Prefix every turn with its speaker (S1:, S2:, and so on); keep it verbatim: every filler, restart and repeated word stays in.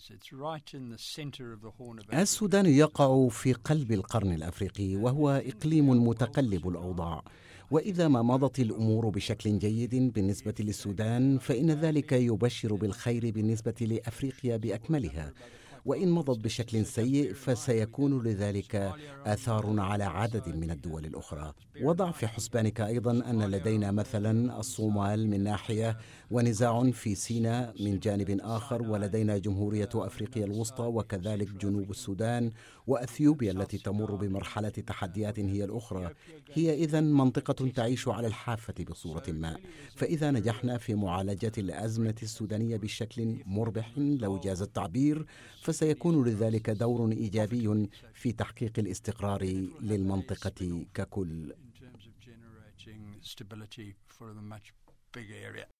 S1: السودان يقع في قلب القرن الأفريقي، وهو إقليم متقلب الأوضاع، وإذا ما مضت الأمور بشكل جيد بالنسبة للسودان فإن ذلك يبشر بالخير بالنسبة لأفريقيا بأكملها، وإن مضت بشكل سيء فسيكون لذلك آثار على عدد من الدول الأخرى. وضع في حسبانك أيضا أن لدينا مثلا الصومال من ناحية ونزاع في سيناء من جانب آخر، ولدينا جمهورية أفريقيا الوسطى وكذلك جنوب السودان وأثيوبيا التي تمر بمرحلة تحديات هي الأخرى. هي إذن منطقة تعيش على الحافة بصورة ما، فإذا نجحنا في معالجة الأزمة السودانية بشكل مربح لو جاز التعبير فسيكون لذلك دور إيجابي في تحقيق الاستقرار للمنطقة ككل.